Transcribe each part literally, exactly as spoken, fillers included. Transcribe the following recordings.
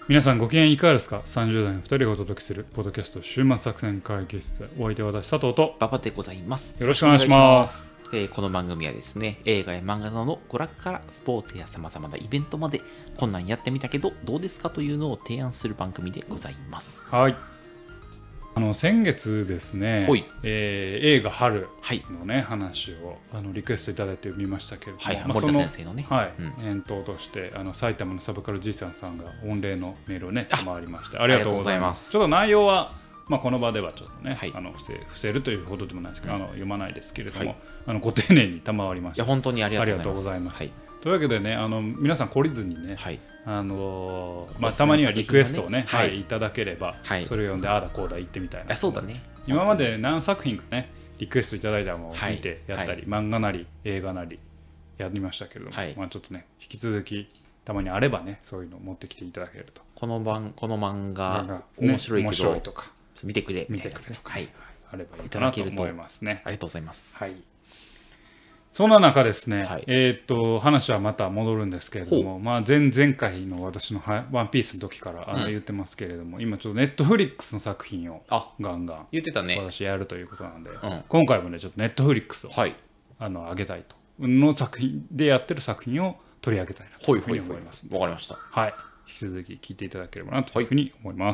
皆さんご機嫌いかがですか？さんじゅう代のふたりがお届けするポッドキャスト週末作戦会議室。お相手は私佐藤と馬場でございます。 よろしくお願いします。 えー、この番組はですね、映画や漫画などの娯楽からスポーツやさまざまなイベントまでこんなんやってみたけどどうですかというのを提案する番組でございます。 はい。あの先月ですね、えー、映画春のね、はい、話をあのリクエストいただいてみましたけれども、 はい、まあ、森田先生のね、 はい、うん、返答としてあの埼玉のサブカルじいさんさんが御礼のメールをね賜りましてありがとうございます。ちょっと内容はまあ、この場ではちょっとね、はい、あの伏せ、伏せるというほどでもないですけど、うん、あの読まないですけれども、はい、あのご丁寧に賜りました。 いや本当にありがとうございます。 はい、というわけでね、あの皆さん懲りずにね、はい、あのまあ、たまにはリクエストをね、はいはい、いただければ、はい、それを読んでああだこうだ言ってみたいな。 そうだね。 今まで何作品かねリクエストいただいたのを見てやったり、はいはい、漫画なり映画なりやりましたけれども、はい、まあ、ちょっとね引き続きたまにあればねそういうのを持ってきていただけると、 この番この漫画面白いけど、ね、面白いとか見てくれ見てくれとか、 はい、 あればいいかなと思いますね。 ありがとうございます。 はい。そんな中ですね、はい、えー、っと話はまた戻るんですけれども、まあ、前々回の私のワンピースの時からあの言ってますけれども、うん、今ちょっとネットフリックスの作品をガンガン言ってたね私やるということなんで、うん、今回もねちょっとネットフリックスを、はい、あの上げたいとの作品でやってる作品を取り上げたいなというふうに思います。 わかりました。 はい、引き続き聞いていただければなというふうに思います。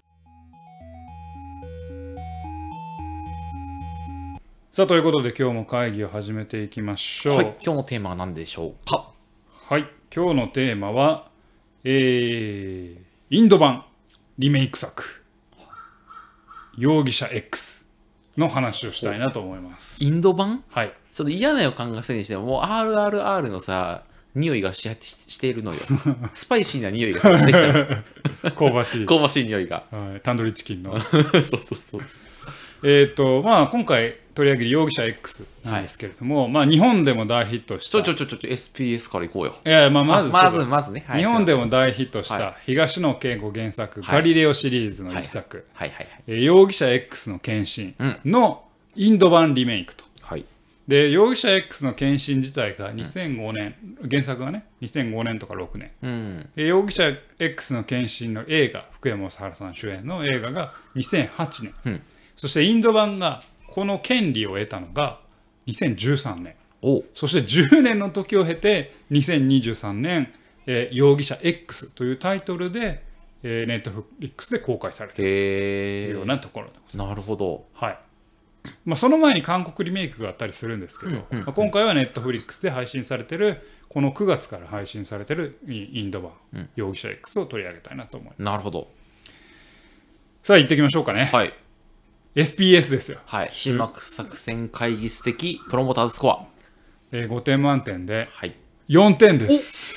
さあということで今日も会議を始めていきましょう。 はい、今日のテーマは何でしょうか？ はい、今日のテーマは、えー、インド版リメイク作容疑者 X の話をしたいなと思います。 インド版？ はい。 ちょっと嫌な予感がするにしても、もう アールアールアール のさ匂いが し, し, しているのよ。スパイシーな匂いがしてきたよ。 香ばしい香ばしい匂いが、 はい、タンドリーチキンのそうそうそう。 えっとまあ今回取り上げる容疑者 X なんですけれども、はい、まあ日本でも大ヒットしたちょちょちょちょ エスピーエス からいこうよ。 いやまあまずまずまずね、 はい、日本でも大ヒットした東野圭吾原作、はい、ガリレオシリーズの一作、はいはいはいはい、容疑者 X の献身のインド版リメイクと、はい、で容疑者 X の献身自体がにせんごねん、うん、原作がねにせんごねんとかろくねん、うん、で容疑者 X の献身の映画福山雅治さん主演の映画がにせんはちねん、うん、そしてインド版がこの権利を得たのがにせんじゅうさんねん、おそしてじゅうねんの時を経てにせんにじゅうさんねん、えー、容疑者 X というタイトルで、えー、ネットフリックスで公開されているというようなところでございます。 なるほど、 はい。まあ、その前に韓国リメイクがあったりするんですけど、うんうんうん、まあ、今回はネットフリックスで配信されているこのくがつから配信されているインド版、うん、容疑者 X を取り上げたいなと思います。 なるほど。 さあ行ってきましょうかね。はい。エスピーエス ですよ。 はい。新幕作戦会議室的プロモーターズスコア、 えー、ごてん満点でよんてんです。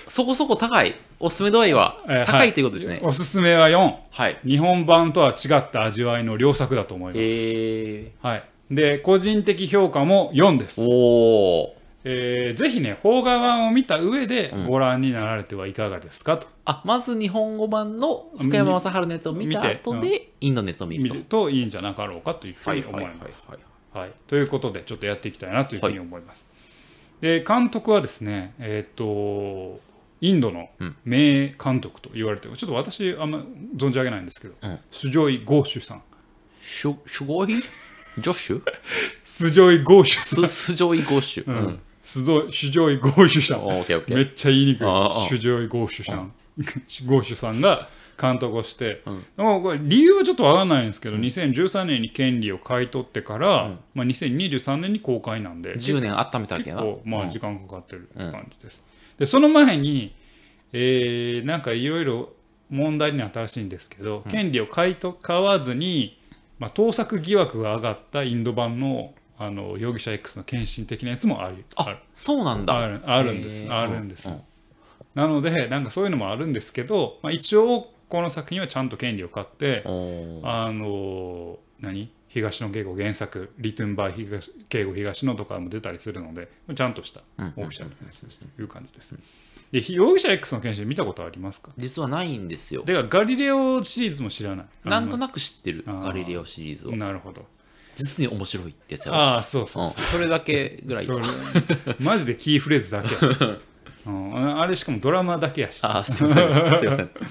そこそこ高い。おすすめ度合いは高いということですね。 はい、おすすめはよん、はい、日本版とは違った味わいの良作だと思います。 えー、 はい、で個人的評価もよんです。お、えー、ぜひね邦画版を見た上でご覧になられてはいかがですかと、うん、 あまず日本語版の福山雅治のやつを見た後で、うん、インドのやつを見ると、見るといいんじゃなかろうかというふうに思います。ということでちょっとやっていきたいなというふうに思います。はい、で監督はですねえっ、ー、とインドの名監督と言われてる、うん、ちょっと私あんま存じ上げないんですけど、うん、スジョイ・ゴーシュさん。 シュシュゴイジョッシュスジョイ・ゴーシュさん。 スジョイ・ゴーシュ、うん、 スジョイ・ゴーシュさん。 オーケーオーケー、 めっちゃ言いにくい。スジョイ・ゴーシュさん。ゴーシュさんが監督をして、うん、でもこれ理由はちょっとわからないんですけど、うん、にせんじゅうさんねんに権利を買い取ってから、うん、まあ、にせんにじゅうさんねんに公開なんでじゅうねん温めたわけやな。 結構まあ時間かかってるって感じです。うん、でその前に、えー、なんかいろいろ問題になったらしいんですけど、うん、権利を買いと買わずに、まあ、盗作疑惑が上がったインド版のあの容疑者 X の献身的なやつもある。 あ、そうなんだ。 ある、あるんです。あるんです。うん、なのでなんかそういうのもあるんですけど、まあ、一応この作品はちゃんと権利を買ってあの何東野圭吾原作リトゥンバイ圭吾東野とかも出たりするのでちゃんとしたオフィシャルなやつという感じです。で容疑者 X の献身見たことありますか？ 実はないんですよ。 ではガリレオシリーズも知らない。 なんとなく知ってるガリレオシリーズを。 なるほど。 実に面白いってやつやろ。 ああそうそうそう、 うん、それだけぐらいよ。 マジでキーフレーズだけ、うん、あれしかもドラマだけやし。 ああすいませんすいません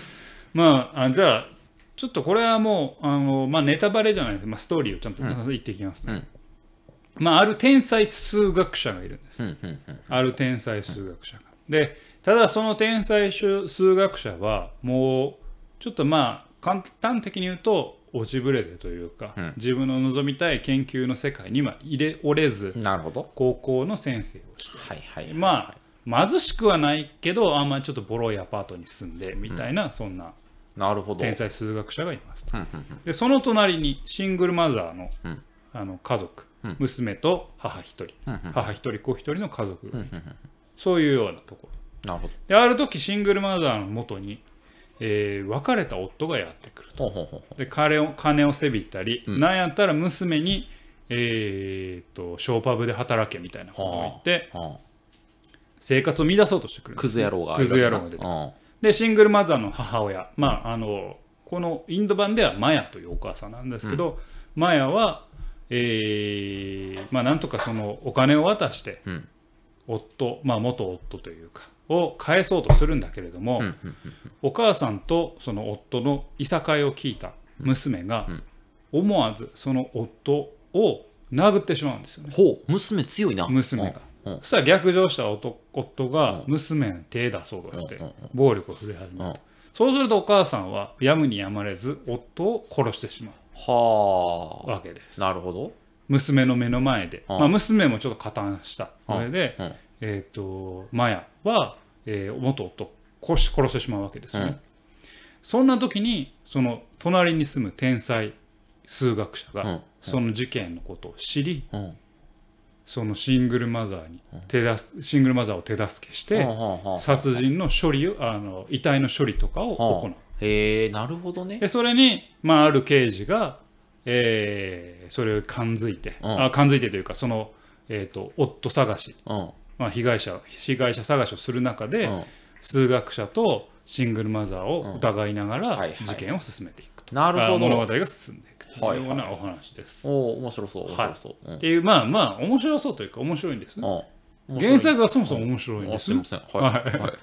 まあ、あじゃあちょっとこれはもうあの、まあ、ネタバレじゃないです、まあ、ストーリーをちゃんと言っていきますね、うんまあ、ある天才数学者がいるんです、うんうんうん、ある天才数学者がでただその天才数学者はもうちょっとまあ簡単的に言うと落ちぶれでというか、うん、自分の望みたい研究の世界には入れ折れずなるほど高校の先生をして、 はいはいはいはい、 まあ貧しくはないけどあんまりちょっとボロいアパートに住んでみたいな、うん、そんな天才数学者がいますと、うんうんうん、でその隣にシングルマザー の,、うん、あの家族、うん、娘と母一人、うんうん、母一人子一人の家族がいる、うんうんうん、そういうようなところ。 なるほど。 である時シングルマザーの元にえー、別れた夫がやってくると。ほうほうほうで金を金をせびったり、うん、なんやったら娘に、えー、とショーパブで働けみたいなことを言って、はあはあ、生活を乱そうとしてくるんです、ね、 クズ野郎がクズ野郎が出てくる、はあ、でシングルマザーの母親、まあ、あのこのインド版ではマヤというお母さんなんですけど、うん、マヤは、えーまあ、なんとかそのお金を渡して、うん、夫、まあ、元夫というかを返そうとするんだけれども、うんうんうんうん、お母さんとその夫のいさかいを聞いた娘が思わずその夫を殴ってしまうんですよね。 ほう、娘強いな。 娘が、うんうん、そしたら逆上した夫が娘に手出そうとして暴力を振るい始めた、うんうん、そうするとお母さんはやむにやまれず夫を殺してしまうわけです。 なるほど。 娘の目の前で、まあ、娘もちょっと加担したそれで、うんうんえー、とマヤは、えー、元夫を殺し、殺してしまうわけですよね、うん、そんな時にその隣に住む天才数学者が、うん、その事件のことを知り、うん、そのシングルマザーに手だすシングルマザーを手助けして、うん、殺人の処理をあの遺体の処理とかを行う、うん、 へえ、なるほどね。 でそれに、まあ、ある刑事が、えー、それを感づいて、うん、あ感づいてというかその、えー、と夫探し、うんまあ、被害者被害者探しをする中で、うん、数学者とシングルマザーを疑いながら事件を進めていくと、 うんはいはい、なるほど。 物語が進んでいくというようなお話です。 はいはい、お面白そう面白そう、 はいうん、っていうまあまあ面白そうというか面白いんですね、うん、原作はそもそも面白いんです、うん、すいませんはい、はいはい、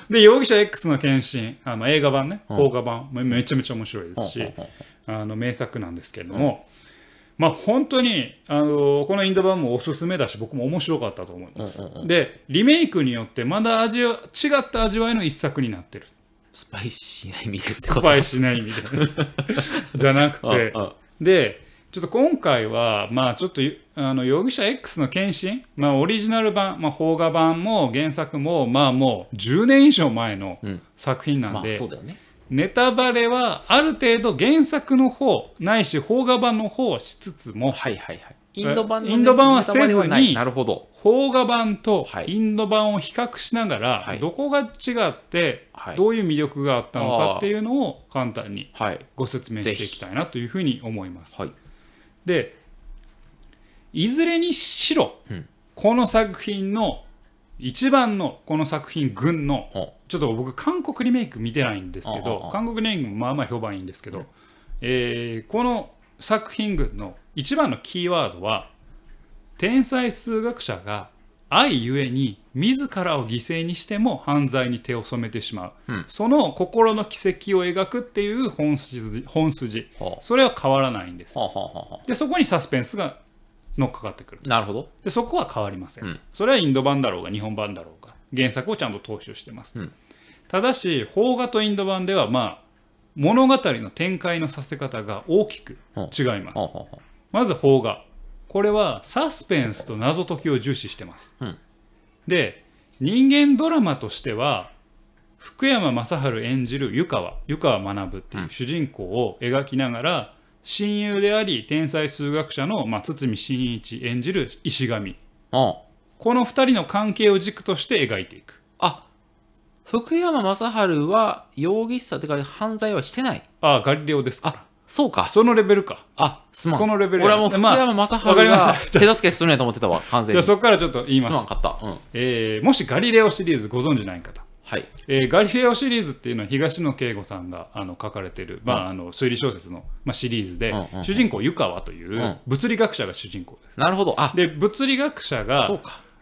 で容疑者 X の献身あの映画版ね邦画版、うん、めちゃめちゃ面白いですし、うん、あの名作なんですけれども、うんまあ、本当にあのこのインド版もおすすめだし僕も面白かったと思います、うんうんうん、でリメイクによってまだ味は違った味わいの一作になってる。 スパイしない意味ですか。スパイしない意味でじゃなくてああでちょっと今回はまあちょっとあの容疑者 X の献身、まあ、オリジナル版、まあ、邦画版も原作もまあもうじゅうねん以上前の作品なんで、うんまあそうだよね、ネタバレはある程度原作の方ないし邦画版の方をしつつも、はいはいはい、インド版の、ね、インド版はせずになるほど邦画版とインド版を比較しながら、はい、どこが違ってどういう魅力があったのかっていうのを簡単にご説明していきたいなというふうに思います。はい、でいずれにしろ、うん、この作品の一番のこの作品群のちょっと僕韓国リメイク見てないんですけど韓国リメイクもまあまあ評判いいんですけど、うんえー、この作品群の一番のキーワードは天才数学者が愛ゆえに自らを犠牲にしても犯罪に手を染めてしまう、うん、その心の軌跡を描くっていう本筋、本筋それは変わらないんです。はあはあはあ、でそこにサスペンスが乗っかかってくる。 なるほど。 でそこは変わりません、うん、それはインド版だろうが日本版だろうが原作をちゃんと踏襲してます、うん、ただし邦画とインド版ではまあ物語の展開のさせ方が大きく違います、うん、まず邦画これはサスペンスと謎解きを重視してます、うん、で人間ドラマとしては福山雅治演じる湯川湯川学っていう主人公を描きながら、親友であり天才数学者の、まあ、堤真一演じる石上、ああこのふたりの関係を軸として描いていく。 あ福山雅治は容疑者というか犯罪はしてない。 ああガリレオですから。 あそうかそのレベルか。 あすまんそのレベル俺はもう福山雅治が手助けするんやと思ってたわ完全に。 じゃあそこからちょっと言います。 すまんかった、うんえー、もしガリレオシリーズご存じない方、はいえー、ガリレオシリーズっていうのは東野圭吾さんがあの書かれてる、まあ、あの推理小説の、まあ、シリーズで、うんうんうん、主人公湯川という物理学者が主人公です、 うん、なるほど。あで物理学者がそうか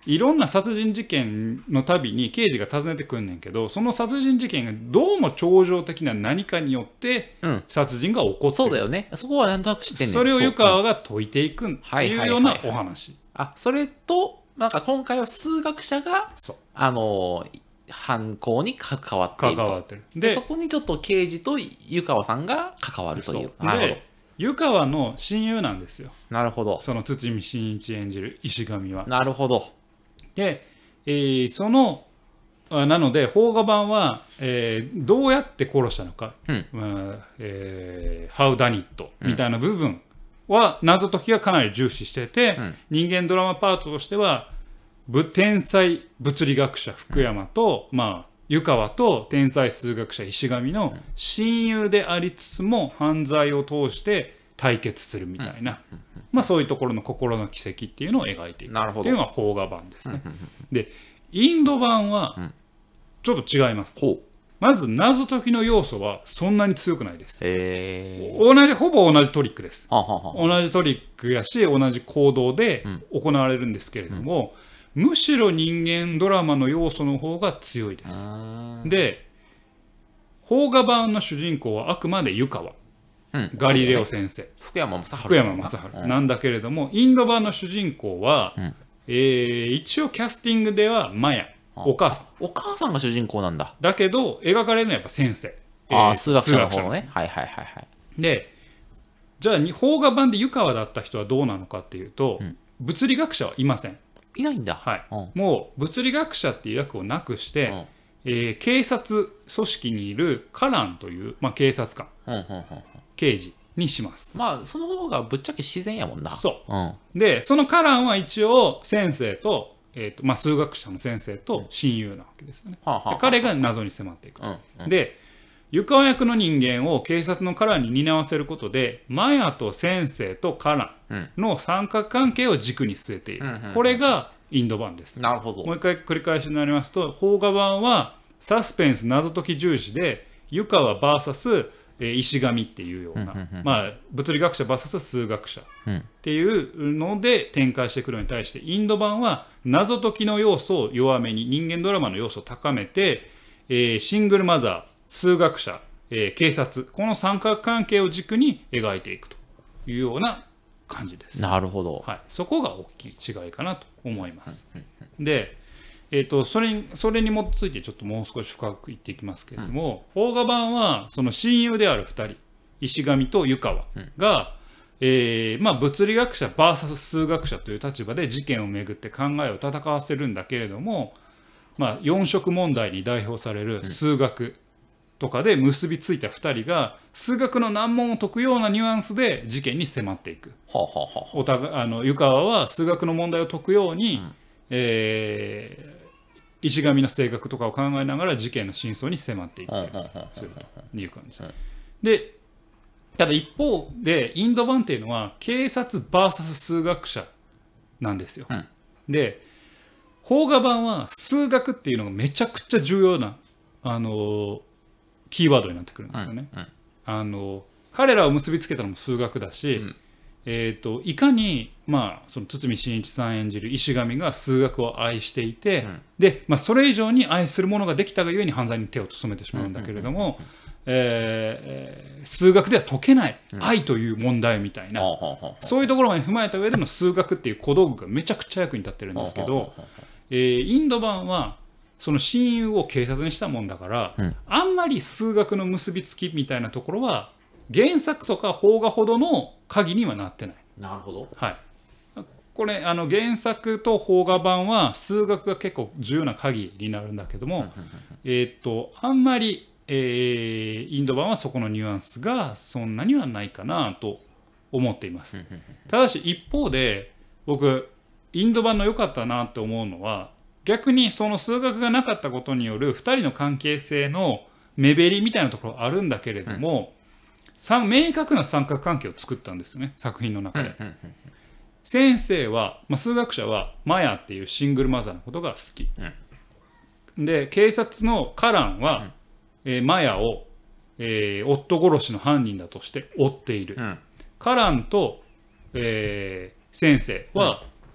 いろんな殺人事件のたびに刑事が訪ねてくんねんけど、その殺人事件がどうも超常的な何かによって殺人が起こってる、うん、 そうだよね。そこはなんとなく知ってんねん。 それを湯川が解いていくっていうようなお話。 あ、それとなんか今回は数学者があの犯行に関わっていると。関わってる。で、そこにちょっと刑事と湯川さんが関わるという。なるほど。 湯川の親友なんですよ。 なるほど。 その堤真一演じる石上は。 なるほど。 で、えー、そのなので邦画版は、えー、どうやって殺したのか、うんまあえー、How done it みたいな部分は謎解きがかなり重視してて、うん、人間ドラマパートとしては天才物理学者福山と、うんまあ、湯川と天才数学者石上の親友でありつつも犯罪を通して対決するみたいな、うんまあ、そういうところの心の奇跡っていうのを描いていくっていうのが邦画版ですね。でインド版はちょっと違います、うん、まず謎解きの要素はそんなに強くないです。同じほぼ同じトリックです。ははは同じトリックやし同じ行動で行われるんですけれども、うん、むしろ人間ドラマの要素の方が強いです。で邦画版の主人公はあくまで湯川、うん、ガリレオ先生、ね、 福山雅治福山雅治、うん、なんだけれどもインド版の主人公は、うんえー、一応キャスティングではマヤお母さんお母さんが主人公なんだ。 だけど描かれるのはやっぱ先生、 あ、えー、数学者の方のね。はいはいはいはい。 でじゃあ邦画版で湯川だった人はどうなのかっていうと、うん、物理学者はいません。 いないんだ。 はい、うん、もう物理学者っていう役をなくして、うんえー、警察組織にいるカランという、まあ、警察官、うんうんうんうん、刑事にします。 まあその方がぶっちゃけ自然やもんな。 そう、うん、でそのカランは一応先生と、えーとまあ、数学者の先生と親友なわけですよね、うん、で彼が謎に迫っていくと、うんうん、で湯川役の人間を警察のカランに担わせることでマヤと先生とカランの三角関係を軸に据えている、うんうんうん、これがインド版です。 なるほど。 もう一回繰り返しになりますと邦画版はサスペンス謎解き重視で湯川 ブイエス石上っていうような、うんうんうんまあ、物理学者 ブイエス 数学者っていうので展開してくるのに対してインド版は謎解きの要素を弱めに人間ドラマの要素を高めて、えー、シングルマザー数学者、えー、警察この三角関係を軸に描いていくというような感じです。 なるほど、 はい、そこが大きい違いかなと思います。うんうんうん、でえー、とそれにそれに基づいてちょっともう少し深く言っていきますけれども、邦、うん、画版はその親友であるふたり石上と湯川が、うんえーまあ、物理学者 ブイエス 数学者という立場で事件をめぐって考えを戦わせるんだけれども、まあ、よん色問題に代表される数学とかで結びついたふたりが数学の難問を解くようなニュアンスで事件に迫っていく。はあはあ、お互いあの湯川は数学の問題を解くように、うんえー石上の性格とかを考えながら事件の真相に迫っていっているという感じで、ただ一方でインド版っていうのは警察 ブイエス 数学者なんですよ、うん、で邦画版は数学っていうのがめちゃくちゃ重要なあのキーワードになってくるんですよね、うんうん、あの彼らを結びつけたのも数学だし、うんえー、といかに、まあ、その堤真一さん演じる石上が数学を愛していて、うんでまあ、それ以上に愛するものができたがゆえに犯罪に手を染めてしまうんだけれども、えー、数学では解けない愛という問題みたいな、うん、そういうところまで踏まえた上での数学っていう小道具がめちゃくちゃ役に立ってるんですけど、えー、インド版はその親友を警察にしたもんだから、うん、あんまり数学の結びつきみたいなところは原作とか邦画ほどの鍵にはなってない。 なるほど。 はい。これあの原作と邦画版は数学が結構重要な鍵になるんだけども、えっとあんまり、えー、インド版はそこのニュアンスがそんなにはないかなと思っています。ただし一方で僕インド版の良かったなって思うのは逆にその数学がなかったことによるふたりの関係性の目減りみたいなところあるんだけれども、うん明確な三角関係を作ったんですよね作品の中で、うんうんうん、先生は、まあ、数学者はマヤっていうシングルマザーのことが好き、うん、で警察のカランは、うんえー、マヤを、えー、夫殺しの犯人だとして追っている、うん、カランと、えー、先生は、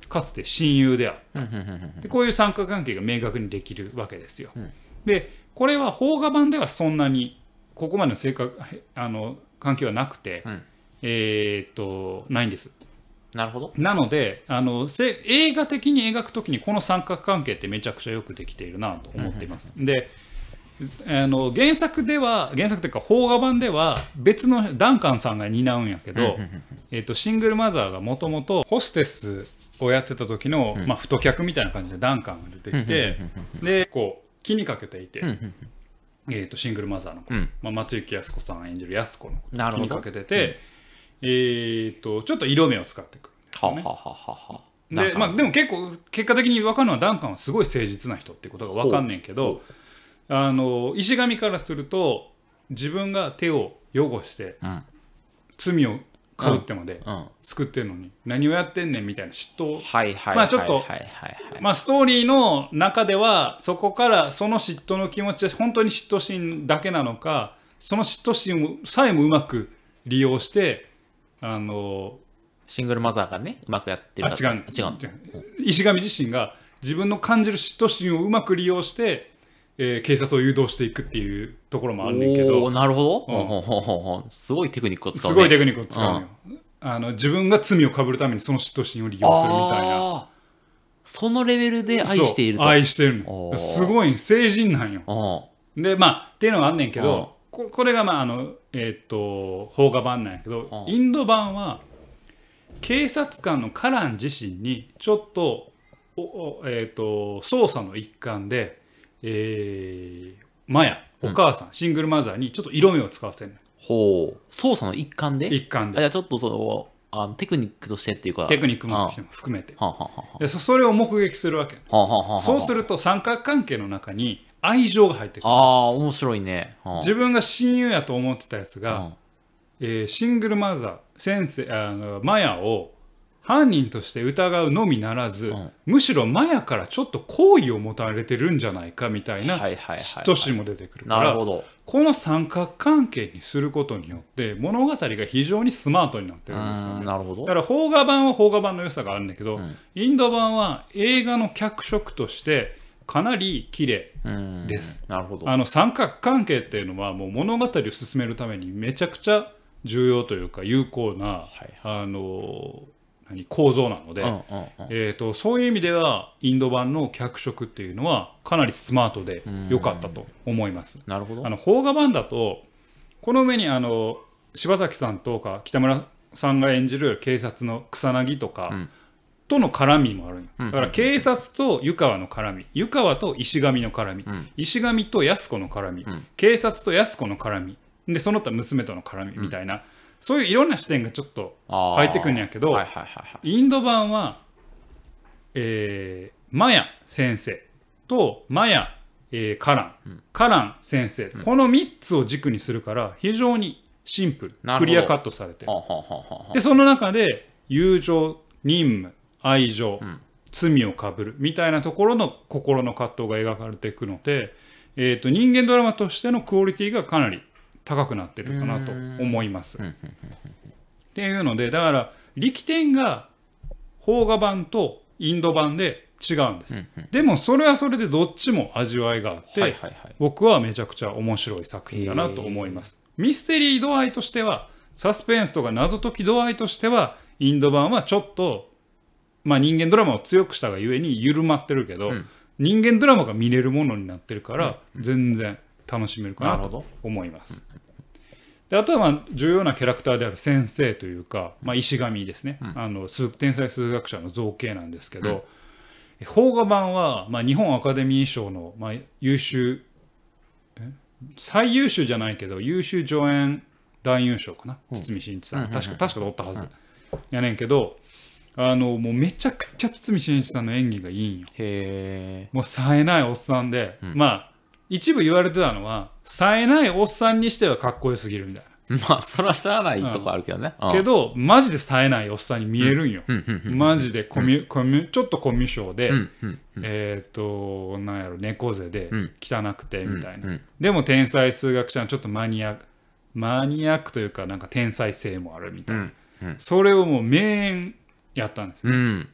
かつて親友であった。でこういう三角関係が明確にできるわけですよ。うん、でこれは邦画版ではそんなにここまでの正確あの関係はなくて、うん、えー、っとないんです。 なるほど。 なのであの映画的に描くときにこの三角関係ってめちゃくちゃよくできているなと思っています。であの原作では原作というか邦画版では別のダンカンさんが担うんやけど、えー、とシングルマザーがもともとホステスをやってた時の、まあ、太客みたいな感じでダンカンが出てきてでこう気にかけていて、えー、とシングルマザーの子、まあ、松雪泰子さん演じる安子の子気にかけてて、えー、とちょっと色目を使ってくるんですよね。ははははで, まあ、でも結構結果的に分かるのはダンカンはすごい誠実な人っていうことが分かんねんけどあの石神からすると自分が手を汚して、うん、罪をかぶってまで作ってるのに、うん、何をやってんねんみたいな嫉妬まあちょっとまあストーリーの中ではそこからその嫉妬の気持ちは本当に嫉妬心だけなのかその嫉妬心さえもうまく利用してあのシングルマザーがねうまくやってるあ違う違う石神自身が自分の感じる嫉妬心をうまく利用してえー、警察を誘導していくっていうところもあるんだけどおなるほど、うん、すごいテクニックを使うねすごいテクニックを使うのよ、うん、あの自分が罪をかぶるためにその嫉妬心を利用するみたいなそのレベルで愛していると愛してるのすごい成人なんよでまあっていうのがあんねんけどこ, これがまああのえっ、ー、と邦画版なんやけどインド版は警察官のカラン自身にちょっと、おえー、と捜査の一環でえー、マヤお母さん、うん、シングルマザーにちょっと色目を使わせる、ね、 ほう操作の一環で一環であじゃあちょっとそのあのテクニックとしてっていうかテクニックも含めてはあはあはあ、でそれを目撃するわけ、はあはあはあ、そうすると三角関係の中に愛情が入ってくるああ面白いね、 はあ、自分が親友やと思ってたやつが、はあえー、シングルマザー先生あのマヤを犯人として疑うのみならず、うん、むしろマヤからちょっと好意を持たれてるんじゃないかみたいな嫉妬心も出てくるからこの三角関係にすることによって物語が非常にスマートになってるんですよね。 なるほど。 だから邦画版は邦画版の良さがあるんだけど、うん、インド版は映画の脚色としてかなり綺麗です。 なるほど。 あの三角関係っていうのはもう物語を進めるためにめちゃくちゃ重要というか有効な、はい、あの構造なので、うんうんうんえー、とそういう意味ではインド版の脚色っていうのはかなりスマートで良かったと思います。 なるほど。 あの邦画版だとこの上にあの柴咲さんとか北村さんが演じる警察の草薙とか、うん、との絡みもあるんよ。だから警察と湯川の絡み湯川と石上の絡み、うん、石上と安子の絡み、うん、警察と安子の絡みでその他娘との絡みみたいな、うんそういういろんな視点がちょっと入ってくるんやけど、はいはいはいはい、インド版は、えー、マヤ先生とマヤ、えー、カラン、うん、カラン先生、うん、このみっつを軸にするから非常にシンプルクリアカットされてる。でその中で友情任務愛情、うん、罪をかぶるみたいなところの心の葛藤が描かれていくので、えーと、人間ドラマとしてのクオリティがかなり高くなってるかなと思います。っていうのでだから力点が邦画版とインド版で違うんです。でもそれはそれでどっちも味わいがあって、はいはいはい、僕はめちゃくちゃ面白い作品だなと思います。ミステリー度合いとしてはサスペンスとか謎解き度合いとしてはインド版はちょっと、まあ、人間ドラマを強くしたがゆえに緩まってるけど、うん、人間ドラマが見れるものになってるから全然楽しめるかなと思います。であとはまあ重要なキャラクターである先生というか、まあ、石神ですね、うん、あの天才数学者の造形なんですけど、うん、邦画版はまあ日本アカデミー賞のまあ優秀最優秀じゃないけど優秀助演男優賞かな、うん、堤真一さん、うん、確か確か取ったはず、うん、やねんけどあのもうめちゃくちゃ堤真一さんの演技がいいんよ。 へもう冴えないおっさんで、うん、まあ一部言われてたのは冴えないおっさんにしてはかっこよすぎるみたいな。まあそらしゃあないとこあるけどね、 うん、けどマジで冴えないおっさんに見えるんよ、うん、マジでコミュ、コミュちょっとコミュ障で、うんうんうん、えっ、ー、となんやろ猫背で汚くてみたいな、うんうん、でも天才数学者のちょっとマニアマニアックというかなんか天才性もあるみたいな、うんうん、それをもう名演やったんですよ、ね、うん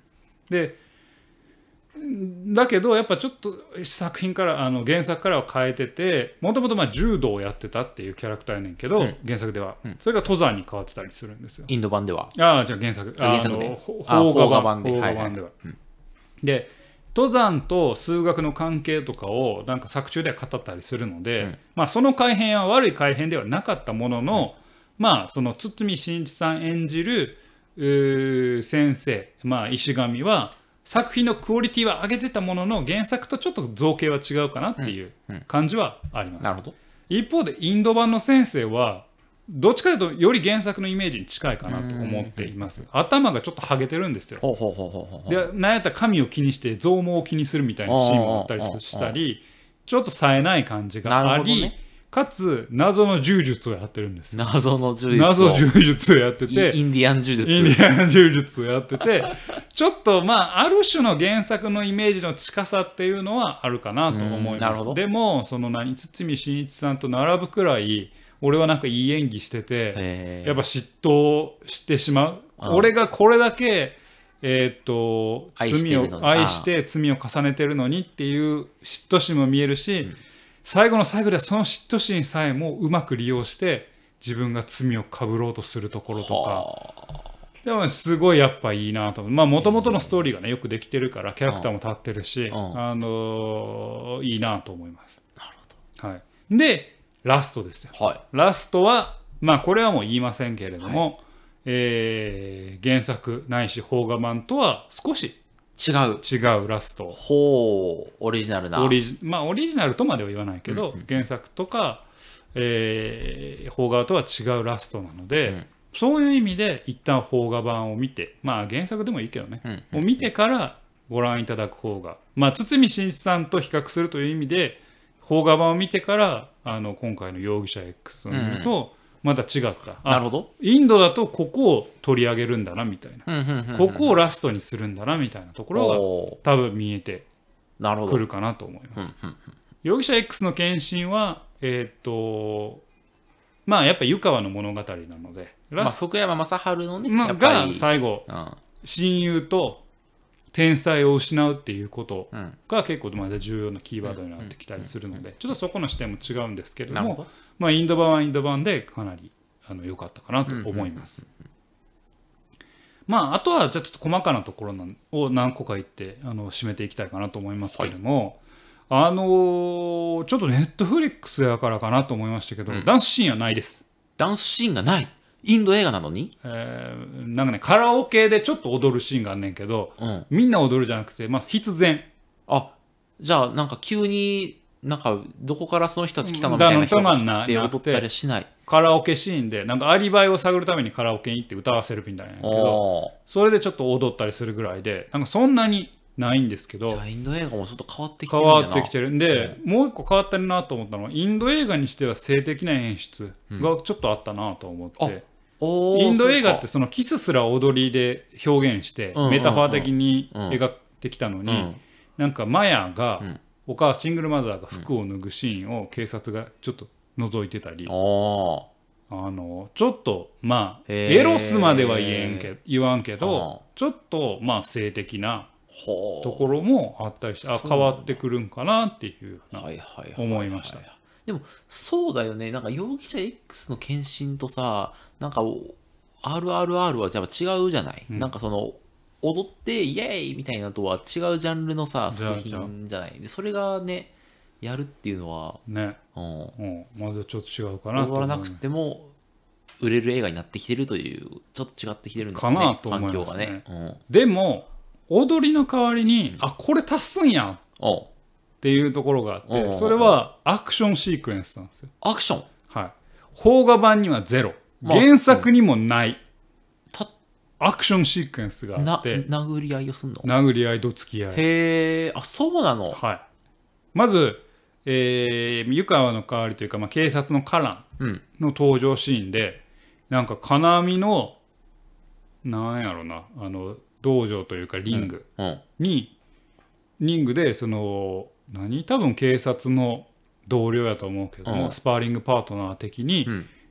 でだけどやっぱちょっと作品からあの原作からは変えてて、もともと柔道をやってたっていうキャラクターやねんけど、うん、原作では、うん、それが登山に変わってたりするんですよ。 インド版では。 ああじゃあ原作原作で邦画版で。邦画版では。で登山と数学の関係とかをなんか作中では語ったりするので、うん、まあその改変は悪い改変ではなかったものの、うん、まあその堤真一さん演じる先生、まあ、石上は作品のクオリティは上げてたものの原作とちょっと造形は違うかなっていう感じはあります。 なるほど。 一方でインド版の先生はどっちかというとより原作のイメージに近いかなと思っています。頭がちょっとハゲてるんですよ。でなんやったら髪を気にして増毛を気にするみたいなシーンもあったりしたり、ちょっと冴えない感じがあり、ね、かつ謎の柔術をやってるんです。 謎の柔術謎柔術をやってて、 インディアン柔術インディアン柔術をやっててちょっとまあある種の原作のイメージの近さっていうのはあるかなと思います。でもその何堤真一さんと並ぶくらい俺はなんかいい演技してて、やっぱ嫉妬してしまう。俺がこれだけえー、と罪を愛して罪を重ねてるのにっていう嫉妬心も見えるし、うん、最後の最後ではその嫉妬心さえもうまく利用して自分が罪をかぶろうとするところとか、でもすごいやっぱいいなと思う。まあもともとのストーリーがねよくできてるからキャラクターも立ってるし、あのー、いいなと思います。 なるほど。 はい、でラストですよ。 はい、 ラストはまあこれはもう言いませんけれども、はい、えー、原作ないし邦画版とは少し違う違うラスト。 ほうオリジナルなオリジ、まあ、オリジナルとまでは言わないけど、うんうん、原作とか、えー、邦画とは違うラストなので、うん、そういう意味で一旦邦画版を見て、まあ原作でもいいけどね、うんうんうん、を見てからご覧いただく方が、まあ堤真一さんと比較するという意味で邦画版を見てからあの今回の容疑者 X を見ると、うんうん、また違った。 なるほど。 インドだとここを取り上げるんだなみたいな、ここをラストにするんだなみたいなところが多分見えてくるかなと思います。容疑者 X の献身はえっとまあやっぱ湯川の物語なので、 まあ、福山雅治のね、 まあ、が最後、うん、親友と天才を失うっていうことが結構まだ重要なキーワードになってきたりするので、ちょっとそこの視点も違うんですけれども、まあ、インド版はインド版でかなりあの良かったかなと思います。まああとはじゃあちょっと細かなところを何個か言ってあの締めていきたいかなと思いますけれども、はい、あのー、ちょっとネットフリックスやからかなと思いましたけど、うん、ダンスシーンはないです。 ダンスシーンがない。インド映画なのに、 えー、なんかねカラオケでちょっと踊るシーンがあんねんけど、うん、みんな踊るじゃなくて、まあ、必然。 あ、じゃあなんか急になんかどこからその人たち来たのみたいな人が来て踊ったりしない。 カラオケシーンでなんかアリバイを探るためにカラオケに行って歌わせるみたいなんやけど、それでちょっと踊ったりするぐらいでなんかそんなにないんですけど、 じゃあインド映画もちょっと変わってきてるんだな。 変わってきてるんで、うん、もう一個変わってるなと思ったのはインド映画にしては性的な演出がちょっとあったなと思って、うんインド映画ってそのキスすら踊りで表現してメタファー的に描いてきたのに、なんかマヤがお母シングルマザーが服を脱ぐシーンを警察がちょっと覗いてたり、あのちょっとまあエロスまでは言えんけ言わんけどちょっとまあ性的なところもあったりして、あ変わってくるんかなっていう思いました。 でもそうだよね。なんか容疑者 X の献身とさ、なんか アールアールアール はやっぱ違うじゃない、うん、なんかその踊ってイエーイみたいなとは違うジャンルのさ作品じゃない。でそれがねやるっていうのはね、うん、うん、まだちょっと違うかなと。 踊らなくても売れる映画になってきてるというちょっと違ってきてるんだね、かなと思いますね、環境がね、うん、 でも踊りの代わりに、うん、あこれ足すんやっていうところがあって、それはアクションシークエンスなんですよ。 アクション、 はい、邦画版にはゼロ、まあ、原作にもないアクションシークエンスがあって、 な殴り合いをすんの？ 殴り合いどつき合い。 へえ、あそうなの。 はい。まず、えー、湯川の代わりというか、まあ、警察のカランの登場シーンで、うん、なんか金網のなんやろな、あの道場というかリングに、うんうん、リングでその何多分警察の同僚やと思うけども、うん、スパーリングパートナー的に、うん、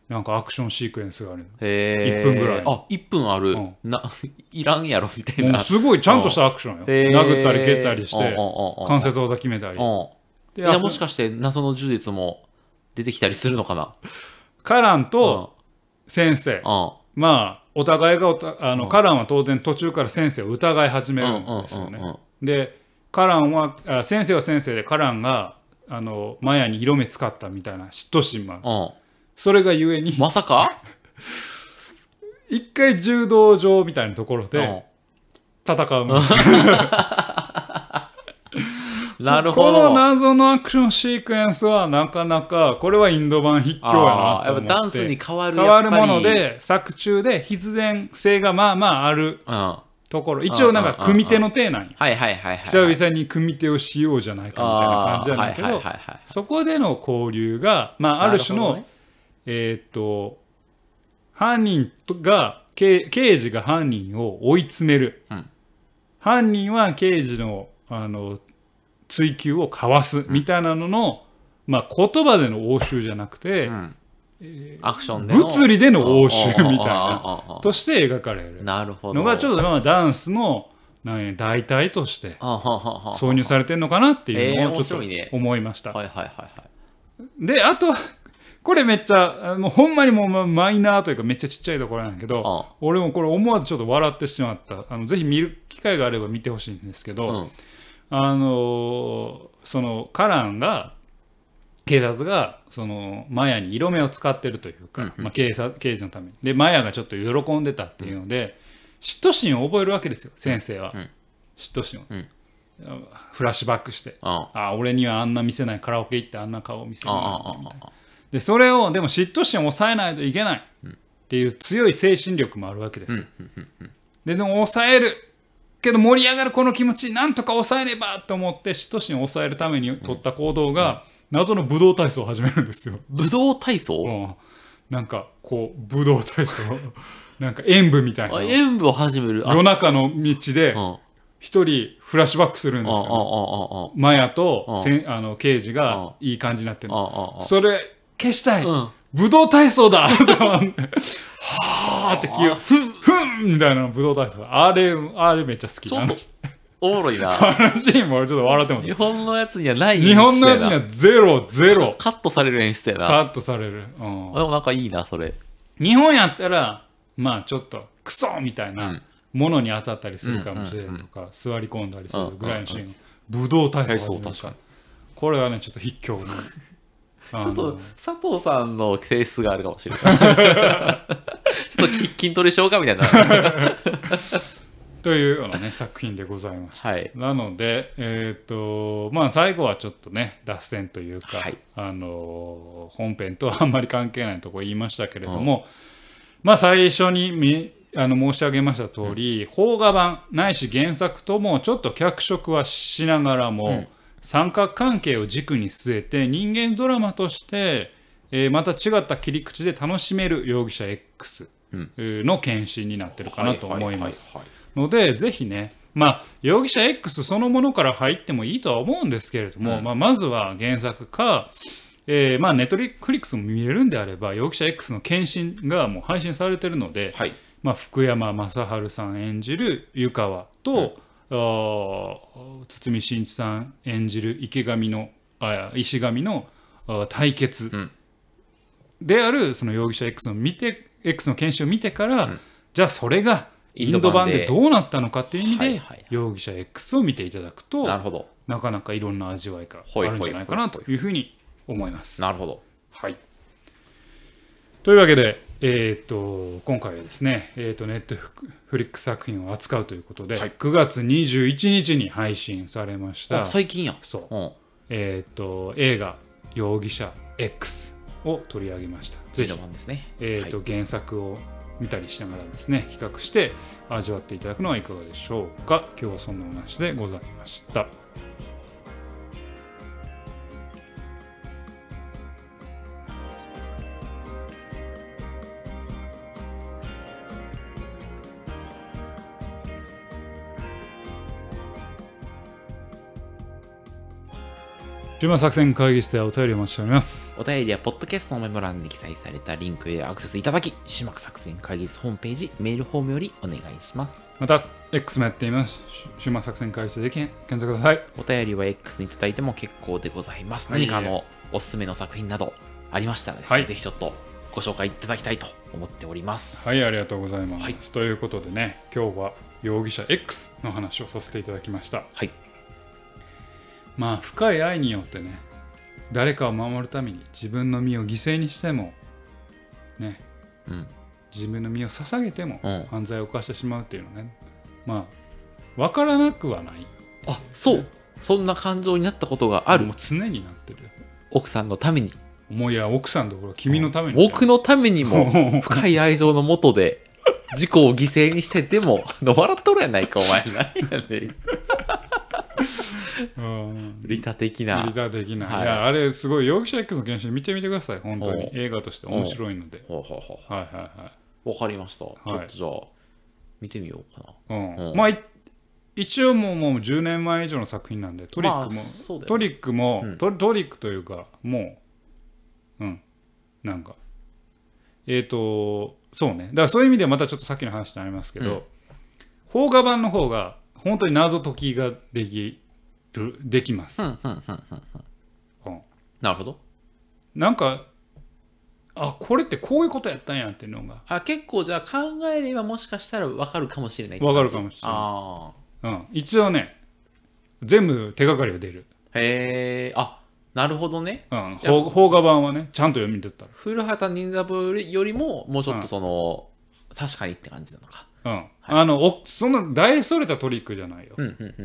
なんかアクションシークエンスがある。 へいっぷんぐらい。 あ、いっぷんある。うん、ないらんやろみたいな。 もうすごいちゃんとしたアクションよ。殴ったり蹴ったりして、関節技決めたり。 いや、もしかして謎の呪術も出てきたりするのかな。 カランと先生。まあ、お互いがおたあの、カランは当然途中から先生を疑い始めるんですよね。で、カランは、あ先生は先生で、カランがあのマヤに色目使ったみたいな嫉妬心もある。それがゆえにまさか一回柔道場みたいなところで戦うんですなるほど。 この謎のアクションシークエンスはなかなかこれはインド版筆境やなと思って、 やっぱダンスに変わる変わるもので作中で必然性がまあまああるところ、一応なんか組手の体なんや。久々に組手をしようじゃないかみたいな感じなんだけど、そこでの交流がまあある種のえっと犯人が刑事が犯人を追い詰める、うん、犯人は刑事のあの追及をかわすみたいなのの、うん、まあ言葉での応酬じゃなくて、うんえー、アクションでの物理での応酬みたいなとして描かれるのがちょっとまあダンスのなんや代替として挿入されてるのかなっていうのをちょっと思いました。であとこれめっちゃもうほんまにもうマイナーというかめっちゃちっちゃいところなんだけど、ああ俺もこれ思わずちょっと笑ってしまった。あのぜひ見る機会があれば見てほしいんですけど、うん、あのそのカランが警察がそのマヤに色目を使ってるというか、うんうんまあ、警察刑事のためにでマヤがちょっと喜んでたっていうので、うん、嫉妬心を覚えるわけですよ先生は、うん、嫉妬心を、うん、フラッシュバックしてああ俺にはあんな見せないカラオケ行ってあんな顔を見せないみたいな。でそれをでも嫉妬心を抑えないといけないっていう強い精神力もあるわけですよ。ででも抑えるけど盛り上がるこの気持ちなんとか抑えればと思って嫉妬心を抑えるために取った行動が謎の武道体操を始めるんですよ。 武道体操、うん、 なんかこう武道体操なんか演舞みたいな演舞を始める夜中の道で一人フラッシュバックするんですよ。マヤとせあの刑事がいい感じになってるそれ消したい、うん、武道体操だはーって気をふんふんみたいな武道体操あれあれめっちゃ好きなおもろいな話もちょっと笑っても日本のやつにはない演出やな日本のやつにはゼロゼロカットされる演出やなカットされる、うん、 でもなんかいいなそれ日本やったらまあちょっとクソみたいなものに当たったりするかもしれんとか、うんうんうん、座り込んだりするぐらいのシーン、うんうんうん、武道体操確かにこれはねちょっと筆境のちょっと佐藤さんの性質があるかもしれないちょっと筋トレしようかみたいなというようなね作品でございました、はい、なのでえっ、ー、とまあ最後はちょっとね脱線というか、はい、あの本編とはあんまり関係ないところ言いましたけれども、うん、まあ最初にみあの申し上げました通り、うん、邦画版ないし原作ともちょっと脚色はしながらも、うん三角関係を軸に据えて人間ドラマとして、えー、また違った切り口で楽しめる容疑者 X の献身になってるかなと思いますのでぜひねまあ容疑者 X そのものから入ってもいいとは思うんですけれども、うんまあ、まずは原作か、えー、まあネットフリックスも見れるんであれば容疑者 X の献身がもう配信されてるので、はいまあ、福山雅治さん演じる湯川と、うん堤真一さん演じる池上のあ石上の対決であるその容疑者 X の見て X の検証を見てから、うん、じゃあそれがインド版でどうなったのかっていう意味で、はいはいはい、容疑者 X を見ていただくとなるほどなかなかいろんな味わいがあるんじゃないかなというふうに思います。 なるほど、 はい、というわけでえー、と今回はですね、えー、とネットフリックス作品を扱うということで、はい、くがつにじゅういちにちに配信されました最近やそう、うんえー、と映画「容疑者 X」を取り上げました。ぜひ、ねえーとはい、原作を見たりしながらですね比較して味わっていただくのはいかがでしょうか。今日はそんなお話でございました。 週末作戦会議室ではお便りをお待ちしております。 お便りはポッドキャストのメモ欄に記載されたリンクへアクセスいただき、週末作戦会議室ホームページメールフォームよりお願いします。 また X もやっています。週末作戦会議室で検索ください。 お便りは X にいただいても結構でございます。何かのおすすめの作品などありましたらですね、はい、ぜひちょっとご紹介いただきたいと思っております。 はい、ありがとうございます。はい、ということでね、今日は容疑者 X の話をさせていただきました。 はい。 まあ深い愛によってね、誰かを守るために自分の身を犠牲にしてもね、うん、自分の身を捧げても犯罪を犯してしまうっていうのね、うん、まあ分からなくはない。 あ、そう、そんな感情になったことがある。 もう常になってる。 奥さんのために。 もういや、奥さんところ君のために、 僕のためにも深い愛情のもとで自己を犠牲にしてでも笑っとるやないかお前。何やねん。うん、利他的な利他的な、はい、いやあれすごい容疑者 X の検証見てみてください。本当に映画として面白いので。 ほうほうほう、 はいはいはい、 わかりました、はい、ちょっとじゃあ見てみようかな。 うんうん、まあ一応もう、もうじゅうねんまえ以上の作品なんでトリックも、まあね、トリックも、うん、ト, トリックというかもううんなんかえっ、ー、とそうね、だからそういう意味ではまたちょっとさっきの話になりますけど、うん、邦画版の方が本当に謎解きができるできます。 うんうんうんうんうん、なるほど。 なんかあこれってこういうことやったんやっていうのがあ結構じゃあ考えればもしかしたら分かるかもしれない。 分かるかもしれない。あ、うん、一応ね全部手がかりが出る。 へえ、あなるほどね。 うん、邦画版はねちゃんと読み取ったら古畑任三郎よりももうちょっとその、うん、確かにって感じなのか。 うん、はい、あのおそんな大それたトリックじゃないよ。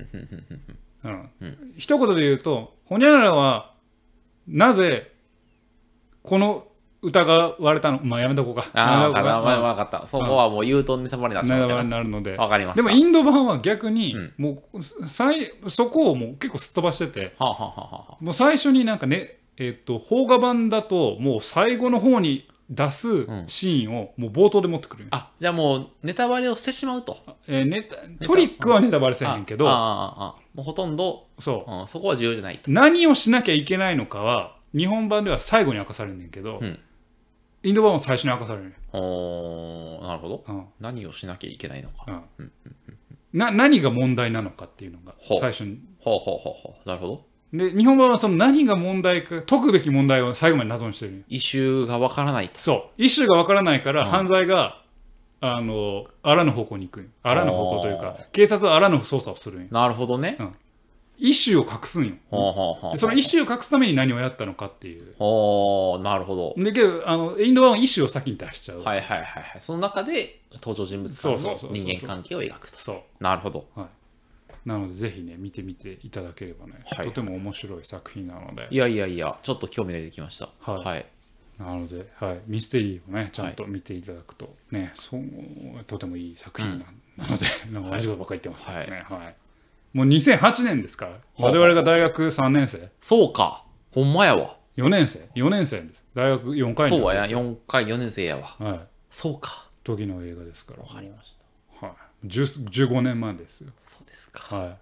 一言で言うとホニャララはなぜこの疑われたの、まあやめとこうか。 ああ分かった、分かった。そこはもう言うとネタバレになっちゃう。 ネタバレになるので。 分かりました。 でもインド版は逆に、うん、もう最そこをもう結構すっ飛ばしてて、はあはあはあ、もう最初になんかねえっ、ー、と邦画版だともう最後の方に出すシーンをもう冒頭で持ってくる、うん、 あじゃあもうネタバレをしてしまうと、 えー、ネタトリックはネタバレせへんけど、 あああもうほとんどそう、うん、そこは重要じゃないと。 何をしなきゃいけないのかは日本版では最後に明かされるんだけど、うん、インド版は最初に明かされる。 おなるほど、うん、何をしなきゃいけないのか、うんうんうんうん、な何が問題なのかっていうのが最初にほうほうほうほうなるほど。 で日本版はその何が問題か解くべき問題を最後まで謎にしてる。 イシューが分からないと。 そうイシューが分からないから犯罪が、うん、あのあらぬ方向に行く。あらぬ方向というか警察はあらぬ捜査をするん。 なるほどね、 うん、イシューを隠すんよ。でそのイシューを隠すために何をやったのかっていう。 おなるほど。 でけどあのインド版はイシューを先に出しちゃう。 はいはいはいはい。その中で登場人物間の人間関係を描くと。そうなるほど、 はい、なのでぜひね見てみていただければね、はい、とても面白い作品なので。 いやいやいやちょっと興味が出てきました。はい、はい、 なので、はい、ミステリーをねちゃんと見ていただくとね、はい、そうとてもいい作品 な,、うん、なのでなんか同じことばっかり言ってますね、はいはい、もうにせんはちねんですから我々が大学さんねん生。 そうかほんまやわ。 よねん生よねん生です。大学よんかいそうやよんかいよねん生やわ、はい、そうか時の映画ですから。 わかりました、 はい、じゅうごねんまえですよ。 そうですか、 はい、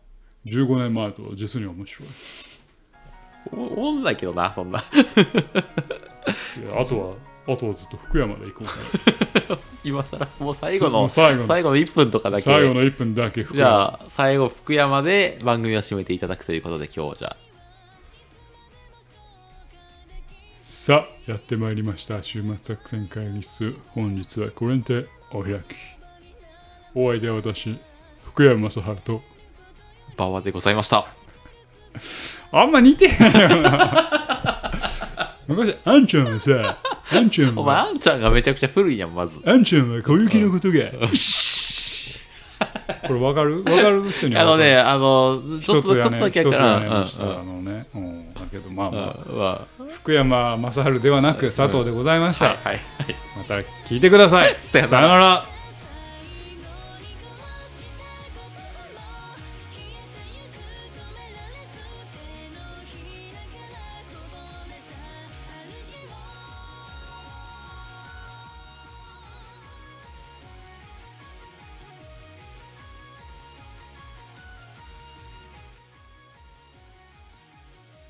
じゅうごねんまえと実に面白い。 おもんないけどなそんな。いやあとはあとはずっと福山で行こうかな。 今更もう最後の最後の最後のいっぷんとかだけ。 最後のいっぷんだけ福山。じゃあ最後福山で番組を締めていただくということで今日じゃあさあやってまいりました週末作戦会議室。本日はこれにてお開き。お相手は私福山雅治と馬場でございました。 あんま似てないよな。昔あんちゃんはさあんちゃんはお前あんちゃんがめちゃくちゃ古いやん。まずあんちゃんは小雪のことが、うん、これ分かる分かる人には分かる。あのねあのちょっとちょっとだけやからあのね、うん、だけどまあまあ、うんまあ、福山雅治ではなく佐藤でございました、はいはいはい、また聞いてください。さよなら。